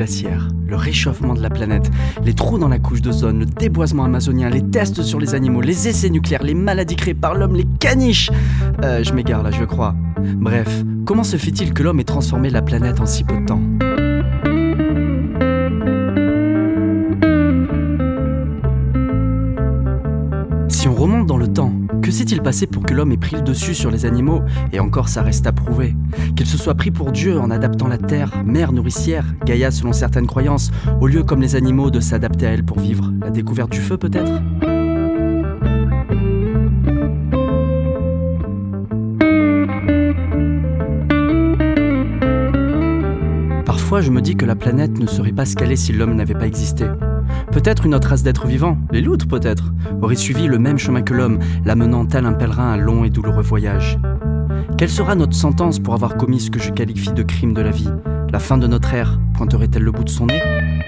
glaciaires, le réchauffement de la planète, les trous dans la couche d'ozone, le déboisement amazonien, les tests sur les animaux, les essais nucléaires, les maladies créées par l'homme, les caniches. Je m'égare là, je crois. Bref, comment se fait-il que l'homme ait transformé la planète en si peu de temps ? Si on remonte dans le temps, que s'est-il passé pour que l'homme ait pris le dessus sur les animaux ? Et encore, ça reste à prouver. Qu'il se soit pris pour Dieu en adaptant la terre, mère nourricière, Gaïa selon certaines croyances, au lieu comme les animaux de s'adapter à elle pour vivre. La découverte du feu peut-être ? Parfois, je me dis que la planète ne serait pas ce qu'elle est si l'homme n'avait pas existé. Peut-être une autre race d'êtres vivants, les loutres peut-être, aurait suivi le même chemin que l'homme, l'amenant tel un pèlerin un long et douloureux voyage. Quelle sera notre sentence pour avoir commis ce que je qualifie de crime de la vie ? La fin de notre ère pointerait-elle le bout de son nez ?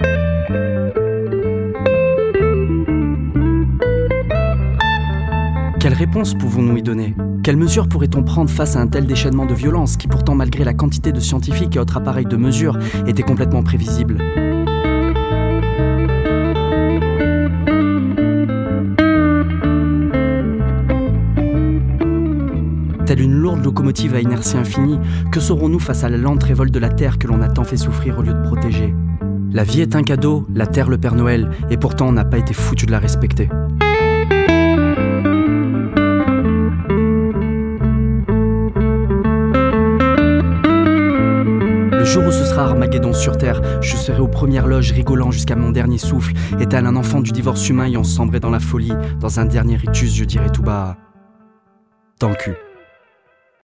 Quelle réponse pouvons-nous y donner ? Quelles mesures pourrait-on prendre face à un tel déchaînement de violence qui pourtant, malgré la quantité de scientifiques et autres appareils de mesure, était complètement prévisible ? Telle une lourde locomotive à inertie infinie, que saurons-nous face à la lente révolte de la Terre que l'on a tant fait souffrir au lieu de protéger ? La vie est un cadeau, la Terre le Père Noël, et pourtant on n'a pas été foutu de la respecter. Le jour où ce sera Armageddon sur Terre, je serai aux premières loges rigolant jusqu'à mon dernier souffle, et tel un enfant du divorce humain ayant sombré dans la folie, dans un dernier rictus je dirai tout bas « dans le cul ».